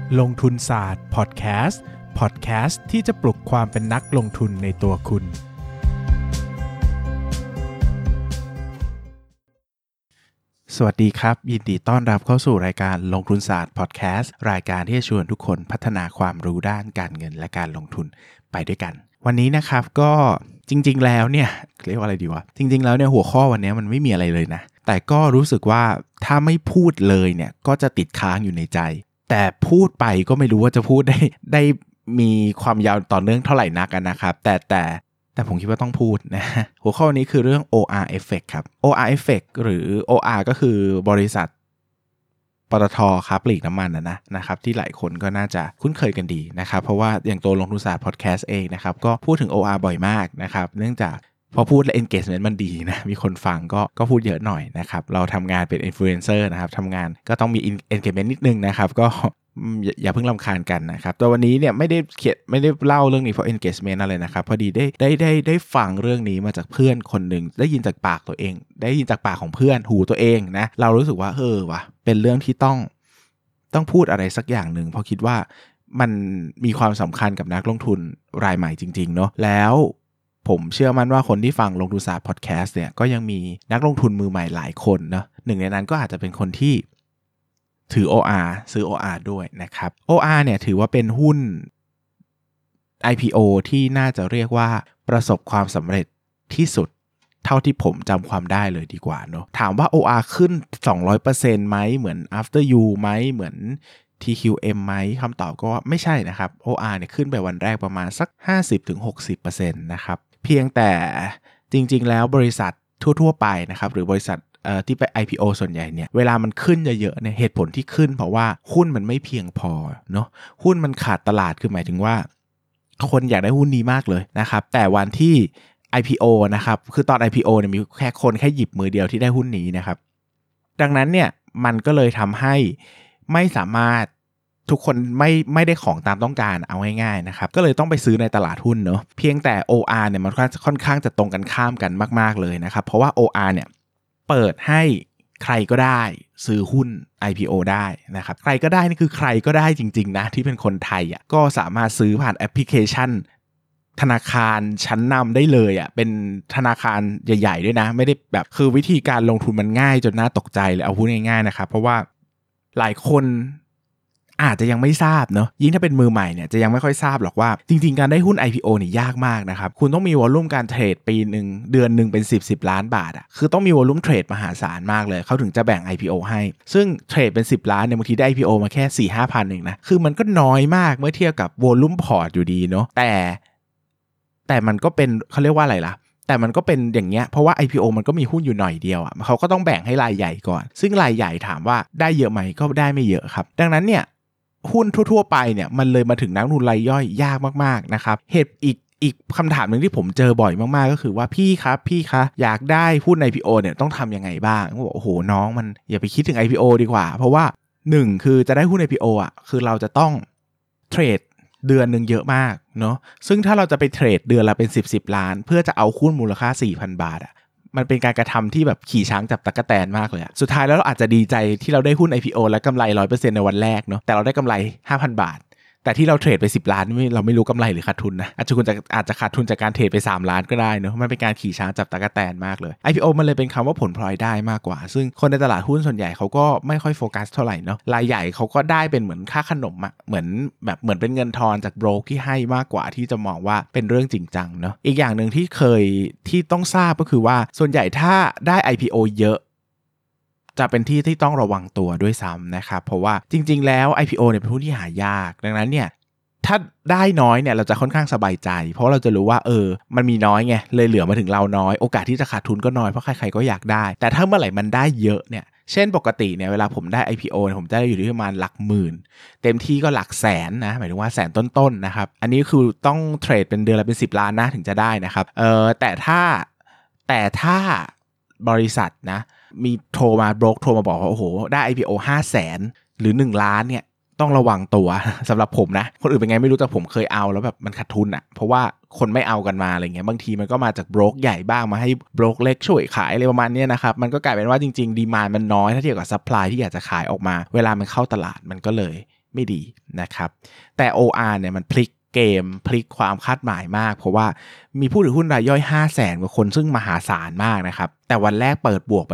ลงทุนศาสตร์พอดแคสต์ที่จะปลุกความเป็นนักลงทุนในตัวคุณสวัสดีครับยินดีต้อนรับเข้าสู่รายการลงทุนศาสตร์พอดแคสต์รายการที่จะชวนทุกคนพัฒนาความรู้ด้านการเงินและการลงทุนไปด้วยกันวันนี้นะครับก็จริงๆแล้วเนี่ยเรียกว่าอะไรดีวะจริงๆแล้วเนี่ยหัวข้อวันนี้มันไม่มีอะไรเลยนะแต่ก็รู้สึกว่าถ้าไม่พูดเลยเนี่ยก็จะติดค้างอยู่ในใจแต่พูดไปก็ไม่รู้ว่าจะพูดได้มีความยาวต่อเนื่องเท่าไหร่นักนะครับแต่ผมคิดว่าต้องพูดนะหัวข้อนี้คือเรื่อง OR Effect ครับ OR Effect หรือ OR ก็คือบริษัทปตท.ค้าปลีกน้ำมันนะครับที่หลายคนก็น่าจะคุ้นเคยกันดีนะครับเพราะว่าอย่างตัวลงทุนศาสตร์พอดแคสต์เองนะครับก็พูดถึง OR บ่อยมากนะครับเนื่องจากพอพูดแล้ว engagement มันดีนะมีคนฟังก็พูดเยอะหน่อยนะครับเราทำงานเป็น influencer นะครับทำงานก็ต้องมี engagement นิดนึงนะครับก็อย่าเพิ่งรำคาญกันนะครับแต่วันนี้เนี่ยไม่ได้เล่าเรื่องนี้เพราะ engagement อะไรนะครับพอดีได้ฟังเรื่องนี้มาจากเพื่อนคนหนึ่งได้ยินจากปากตัวเองได้ยินจากปากของเพื่อนหูตัวเองนะเรารู้สึกว่าว่ะเป็นเรื่องที่ต้องพูดอะไรสักอย่างหนึ่งเพราะคิดว่ามันมีความสำคัญกับนักลงทุนรายใหม่จริงๆเนาะแล้วผมเชื่อมั่นว่าคนที่ฟังลงทุนศาสตร์พอดแคสต์เนี่ยก็ยังมีนักลงทุนมือใหม่หลายคนเนาะหนึ่งในนั้นก็อาจจะเป็นคนที่ถือ OR ซื้อ OR ด้วยนะครับ OR เนี่ยถือว่าเป็นหุ้น IPO ที่น่าจะเรียกว่าประสบความสำเร็จที่สุดเท่าที่ผมจำความได้เลยดีกว่าเนาะถามว่า OR ขึ้น 200% ไหมเหมือน After You ไหมเหมือน TQM ไหมคำตอบก็ว่าไม่ใช่นะครับ OR เนี่ยขึ้นไปวันแรกประมาณสัก 50-60% นะครับเพียงแต่จริงๆแล้วบริษัททั่วๆไปนะครับหรือบริษัทที่ไป IPO ส่วนใหญ่เนี่ยเวลามันขึ้นเยอะๆเนี่ยเหตุผลที่ขึ้นเพราะว่าหุ้นมันไม่เพียงพอเนาะหุ้นมันขาดตลาดคือหมายถึงว่าคนอยากได้หุ้นนี้มากเลยนะครับแต่วันที่ IPO นะครับคือตอน IPO เนี่ยมีแค่หยิบมือเดียวที่ได้หุ้นนี้นะครับดังนั้นเนี่ยมันก็เลยทำให้ไม่สามารถทุกคนไม่ได้ของตามต้องการเอาง่ายๆนะครับก็เลยต้องไปซื้อในตลาดหุ้นเนาะเพียงแต่ OR เนี่ยมันค่อนข้างจะตรงกันข้ามกันมากๆเลยนะครับเพราะว่า OR เนี่ยเปิดให้ใครก็ได้ซื้อหุ้น IPO ได้นะครับใครก็ได้นี่คือใครก็ได้จริงๆนะที่เป็นคนไทยก็สามารถซื้อผ่านแอปพลิเคชันธนาคารชั้นนำได้เลยเป็นธนาคารใหญ่ๆด้วยนะไม่ได้แบบคือวิธีการลงทุนมันง่ายจนน่าตกใจเลยเอาพูดง่ายๆนะครับเพราะว่าหลายคนอาจจะยังไม่ทราบเนาะยิ่งถ้าเป็นมือใหม่เนี่ยจะยังไม่ค่อยทราบหรอกว่าจริงๆการได้หุ้น IPO นี่ยากมากนะครับคุณต้องมีวอลลุ่มการเทรดปีนึงเดือนนึงเป็น10ล้านบาทคือต้องมีวอลลุ่มเทรดมหาศาลมากเลยเขาถึงจะแบ่ง IPO ให้ซึ่งเทรดเป็น10ล้านเนี่ยบางทีได้ IPO มาแค่ 4-5 พันเองนะคือมันก็น้อยมากเมื่อเทียบกับวอลลุ่มพอร์ตอยู่ดีเนาะแต่มันก็เป็นเขาเรียกว่าอะไรล่ะแต่มันก็เป็นอย่างเงี้ยเพราะว่า IPO มันก็มีหุ้นอยู่หน่อยเดียวเขาก็ต้องแบ่งให้รายใหญ่ก่อนซึ่งรายใหญ่ถามว่าได้เยอะไหมก็ได้ไม่เยอะครับดังนั้นเนี่ยหุ้นทั่วๆไปเนี่ยมันเลยมาถึงนักลงทุนรายย่อยยากมากๆนะครับเหตุอีกคำถามนึงที่ผมเจอบ่อยมากๆก็คือว่าพี่คะอยากได้หุ้น IPO เนี่ยต้องทำยังไงบ้างเขาบอกโอ้โหน้องมันอย่าไปคิดถึง IPO ดีกว่าเพราะว่า1คือจะได้หุ้น IPO คือเราจะต้องเทรดเดือนนึงเยอะมากเนาะซึ่งถ้าเราจะไปเทรดเดือนละเป็น10ล้านเพื่อจะเอาหุ้นมูลค่า 4,000 บาทมันเป็นการกระทำที่แบบขี่ช้างจับตั๊กแตนมากเลยสุดท้ายแล้วเราอาจจะดีใจที่เราได้หุ้น IPO และกำไร 100% ในวันแรกเนาะแต่เราได้กำไร 5,000 บาทแต่ที่เราเทรดไป10ล้านเราไม่รู้กำไรหรือขาดทุนนะอาจจะขาดทุนจากการเทรดไป3ล้านก็ได้เนาะมันเป็นการขี่ช้างจับตั๊กแตนมากเลย IPO มันเลยเป็นคำว่าผลพลอยได้มากกว่าซึ่งคนในตลาดหุ้นส่วนใหญ่เขาก็ไม่ค่อยโฟกัสเท่าไหร่เนาะรายใหญ่เขาก็ได้เป็นเหมือนค่าขนมเหมือนเป็นเงินทอนจากโบรกที่ให้มากกว่าที่จะมองว่าเป็นเรื่องจริงจังเนาะอีกอย่างนึงที่ต้องทราบก็คือว่าส่วนใหญ่ถ้าได้ IPO เยอะจะเป็นที่ต้องระวังตัวด้วยซ้ำนะครับเพราะว่าจริงๆแล้ว IPO เนี่ยเป็นหุ้นที่หายากดังนั้นเนี่ยถ้าได้น้อยเนี่ยเราจะค่อนข้างสบายใจเพราะเราจะรู้ว่ามันมีน้อยไงเลยเหลือมาถึงเราน้อยโอกาสที่จะขาดทุนก็น้อยเพราะใครๆก็อยากได้แต่ถ้าเมื่อไหร่มันได้เยอะเนี่ยเช่นปกติเนี่ยเวลาผมได้ IPO เนี่ยผมได้อยู่ที่ประมาณหลักหมื่นเต็มที่ก็หลักแสนนะหมายถึงว่าแสนต้นๆนะครับอันนี้คือต้องเทรดเป็นเดือนละเป็น10ล้านนะถึงจะได้นะครับแต่ถ้าบริษัทนะมีโทรมาบอกว่าโอ้โหได้ IPO 500,000 หรือ1ล้านเนี่ยต้องระวังตัวสำหรับผมนะคนอื่นเป็นไงไม่รู้แต่ผมเคยเอาแล้วแบบมันขาดทุนเพราะว่าคนไม่เอากันมาอะไรเงี้ยบางทีมันก็มาจากโบรกใหญ่บ้างมาให้โบรกเล็กช่วยขายอะไรประมาณนี้นะครับมันก็กลายเป็นว่าจริงๆดีมานด์มันน้อยถ้าเทียบกับซัพพลายที่อยากจะขายออกมาเวลามันเข้าตลาดมันก็เลยไม่ดีนะครับแต่ OR เนี่ยมันพลิกเกมพลิกความคาดหมายมากเพราะว่ามีผู้ถือหุ้นรายย่อย 500,000 กว่าคนซึ่งมหาศาลมากนะครับแต่วันแรกเปิดบวกไป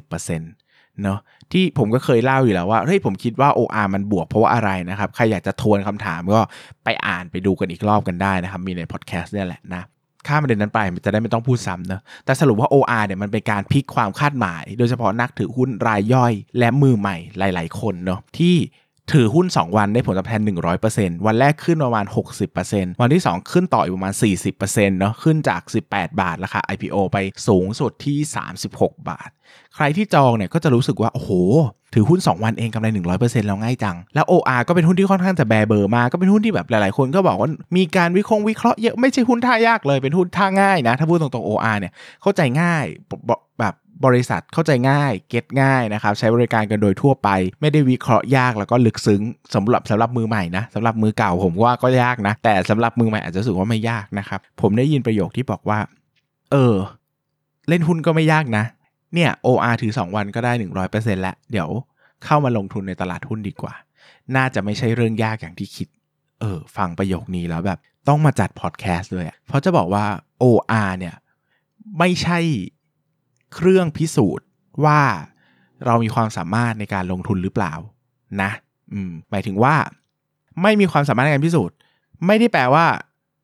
60% เนาะที่ผมก็เคยเล่าอยู่แล้วว่าเฮ้ยผมคิดว่า OR มันบวกเพราะว่าอะไรนะครับใครอยากจะทวนคำถามก็ไปอ่านไปดูกันอีกรอบกันได้นะครับมีในพอดแคสต์เนี่ยแหละนะข้ามประเด็นนั้นไปมันจะได้ไม่ต้องพูดซ้ำเนอะแต่สรุปว่า OR เนี่ยมันเป็นการพลิกความคาดหมายโดยเฉพาะนักถือหุ้นรายย่อยและมือใหม่หลายๆคนเนาะที่ถือหุ้น2วันได้ผลตอบแทน 100% วันแรกขึ้นประมาณ 60% วันที่2ขึ้นต่ออีกประมาณ 40% เนาะขึ้นจาก18บาทราคา IPO ไปสูงสุดที่36บาทใครที่จองเนี่ยก็จะรู้สึกว่าโอ้โหถือหุ้น2วันเองกำไร 100% แล้วง่ายจังแล้ว OR ก็เป็นหุ้นที่ค่อนข้างจะแบเบอร์มากก็เป็นหุ้นที่แบบหลายๆคนก็บอกว่ามีการวิเคราะห์เยอะไม่ใช่หุ้นท่ายากเลยเป็นหุ้นท่าง่ายนะถ้าพูดตรงๆ OR เนี่ยเข้าใจง่ายแบบบริษัทเข้าใจง่ายเก็ตง่ายนะครับใช้บริการกันโดยทั่วไปไม่ได้วิเคราะห์ยากแล้วก็ลึกซึ้งสำหรับมือใหม่นะสำหรับมือเก่าผมว่าก็ยากนะแต่สำหรับมือใหม่อาจจะรู้สึกว่าไม่ยากนะครับผมได้ยินประโยคที่บอกว่าเล่นหุ้นก็ไม่ยากนะเนี่ย OR ถือ2วันก็ได้ 100% แล้วเดี๋ยวเข้ามาลงทุนในตลาดหุ้นดีกว่าน่าจะไม่ใช่เรื่องยากอย่างที่คิดฟังประโยคนี้แล้วแบบต้องมาจัดพอดแคสต์เลยเพราะจะบอกว่า OR เนี่ยไม่ใช่เครื่องพิสูจน์ว่าเรามีความสามารถในการลงทุนหรือเปล่านะหมายถึงว่าไม่มีความสามารถในการพิสูจน์ไม่ได้แปลว่า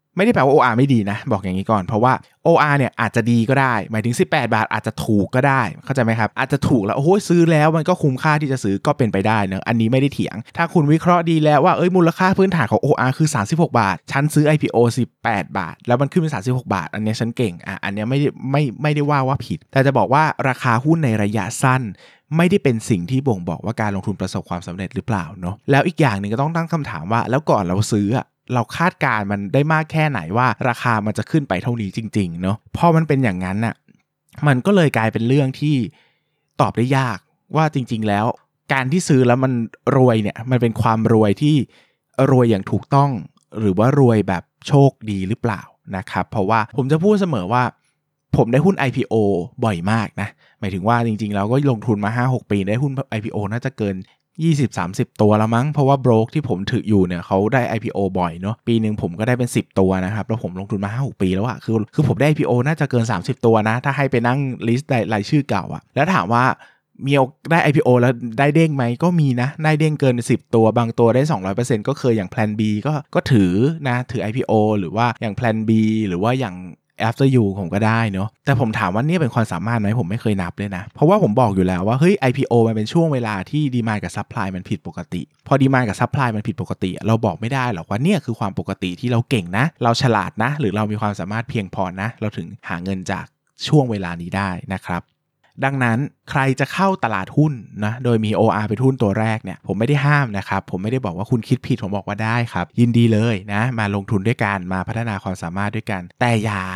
OR ไม่ดีนะบอกอย่างนี้ก่อนเพราะว่า OR เนี่ยอาจจะดีก็ได้หมายถึง18บาทอาจจะถูกก็ได้เข้าใจไหมครับอาจจะถูกแล้วโอ้โหซื้อแล้วมันก็คุ้มค่าที่จะซื้อก็เป็นไปได้เนอะอันนี้ไม่ได้เถียงถ้าคุณวิเคราะห์ดีแล้วว่ามูลค่าพื้นฐานของ OR คือ36บาทฉันซื้อ IPO 18บาทแล้วมันขึ้นเป็น36บาทอันนี้ฉันเก่งอันนี้ไม่ได้ว่าผิดแต่จะบอกว่าราคาหุ้นในระยะสั้นไม่ได้เป็นสิ่งที่บ่งบอกว่าการลงทุนประสบความสำเร็จหรือเปล่าเนาะแล้วอีกอย่างนึงก็ต้องตั้งคำถามว่าแล้วก่อนเราซื้อเราคาดการมันได้มากแค่ไหนว่าราคามันจะขึ้นไปเท่านี้จริงๆเนาะพอมันเป็นอย่างนั้นน่ะมันก็เลยกลายเป็นเรื่องที่ตอบได้ยากว่าจริงๆแล้วการที่ซื้อแล้วมันรวยเนี่ยมันเป็นความรวยที่รวยอย่างถูกต้องหรือว่ารวยแบบโชคดีหรือเปล่านะครับเพราะว่าผมจะพูดเสมอว่าผมได้หุ้น IPO บ่อยมากนะหมายถึงว่าจริงๆเราก็ลงทุนมา 5-6 ปีได้หุ้น IPO น่าจะเกิน20-30 ตัวแล้วมั้งเพราะว่าโบรกที่ผมถืออยู่เนี่ยเขาได้ IPO บ่อยเนาะปีนึงผมก็ได้เป็น10ตัวนะครับแล้วผมลงทุนมา 5-6 ปีแล้วอะคือผมได้ IPO น่าจะเกิน30ตัวนะถ้าให้ไปนั่งลิสต์รายชื่อเก่าอะแล้วถามว่ามีได้ IPO แล้วได้เด้งไหมก็มีนะได้เด้งเกิน10ตัวบางตัวได้ 200% ก็เคยอย่าง Plan B ก็ถือนะถือ IPO หรือว่าอย่าง Plan B หรือว่าอย่างAfter You ผมก็ได้เนาะแต่ผมถามว่านี่เป็นความสามารถไหมผมไม่เคยนับเลยนะเพราะว่าผมบอกอยู่แล้วว่าเฮ้ย IPO มันเป็นช่วงเวลาที่ดีมานด์กับซัพพลายมันผิดปกติพอดีมานด์กับซัพพลายมันผิดปกติเราบอกไม่ได้หรอกว่าเนี่ยคือความปกติที่เราเก่งนะเราฉลาดนะหรือเรามีความสามารถเพียงพอนะเราถึงหาเงินจากช่วงเวลานี้ได้นะครับดังนั้นใครจะเข้าตลาดหุ้นนะโดยมี OR เป็นหุ้นตัวแรกเนี่ยผมไม่ได้ห้ามนะครับผมไม่ได้บอกว่าคุณคิดผิดผมบอกว่าได้ครับยินดีเลยนะมาลงทุนด้วยกันมาพัฒนาความสามารถด้วยกันแต่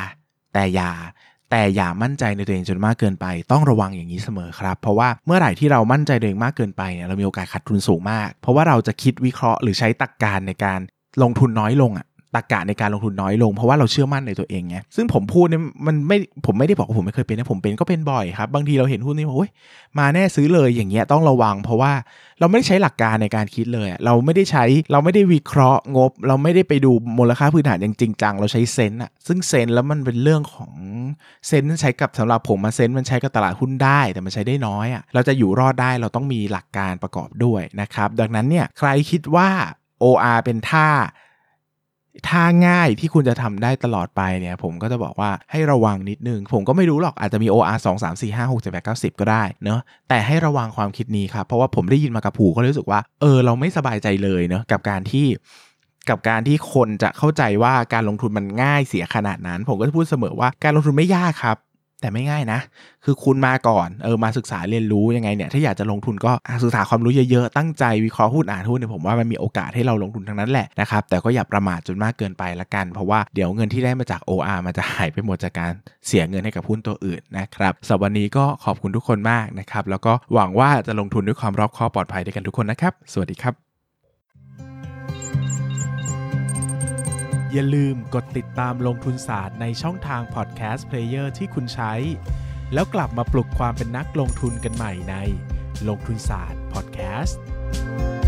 อย่ามั่นใจในตัวเองจนมากเกินไปต้องระวังอย่างนี้เสมอครับเพราะว่าเมื่อไหร่ที่เรามั่นใจตัวเองมากเกินไปเนี่ยเรามีโอกาสขาดทุนสูงมากเพราะว่าเราจะคิดวิเคราะห์หรือใช้ตรรกะในการลงทุนน้อยลงตรรกะในการลงทุนน้อยลงเพราะว่าเราเชื่อมั่นในตัวเองไงซึ่งผมพูดเนี่ยผมไม่ได้บอกว่าผมไม่เคยเป็นนะผมเป็นก็เป็นบ่อยครับบางทีเราเห็นหุ้นนี่โอ้ยมาแน่ซื้อเลยอย่างเงี้ยต้องระวังเพราะว่าเราไม่ได้ใช้หลักการในการคิดเลยเราไม่ได้วิเคราะห์งบเราไม่ได้ไปดูมูลค่าพื้นฐานอย่างจริงจังเราใช้เซนส์ซึ่งเซนส์แล้วมันเป็นเรื่องของเซนส์ใช้กับสำหรับผมเซนส์มันใช้กับตลาดหุ้นได้แต่มันใช้ได้น้อยเราจะอยู่รอดได้เราต้องมีหลักการประกอบด้วยนะครับดังนั้นเนี่ยใครคิดว่า OR เป็นท่าง่ายที่คุณจะทำได้ตลอดไปเนี่ยผมก็จะบอกว่าให้ระวังนิดนึงผมก็ไม่รู้หรอกอาจจะมี OR 2 3 4 5 6 7 8 9 10ก็ได้เนาะแต่ให้ระวังความคิดนี้ครับเพราะว่าผมได้ยินมากับหูก็รู้สึกว่าเราไม่สบายใจเลยเนาะกับการที่คนจะเข้าใจว่าการลงทุนมันง่ายเสียขนาดนั้นผมก็จะพูดเสมอว่าการลงทุนไม่ยากครับแต่ไม่ง่ายนะคือคุณมาก่อนมาศึกษาเรียนรู้ยังไงเนี่ยถ้าอยากจะลงทุนก็ศึกษาความรู้เยอะๆตั้งใจวิเคราะห์หุ้นอ่านหุ้นเนี่ยผมว่ามันมีโอกาสให้เราลงทุนทั้งนั้นแหละนะครับแต่ก็อย่าประมาทจนมากเกินไปละกันเพราะว่าเดี๋ยวเงินที่ได้มาจาก OR มันจะหายไปหมดจากการเสียเงินให้กับหุ้นตัวอื่นนะครับสำหรับวันนี้ก็ขอบคุณทุกคนมากนะครับแล้วก็หวังว่าจะลงทุนด้วยความรอบคอบปลอดภัยด้วยกันทุกคนนะครับสวัสดีครับอย่าลืมกดติดตามลงทุนศาสตร์ในช่องทางพอดแคสต์เพลเยอร์ที่คุณใช้แล้วกลับมาปลุกความเป็นนักลงทุนกันใหม่ในลงทุนศาสตร์พอดแคสต์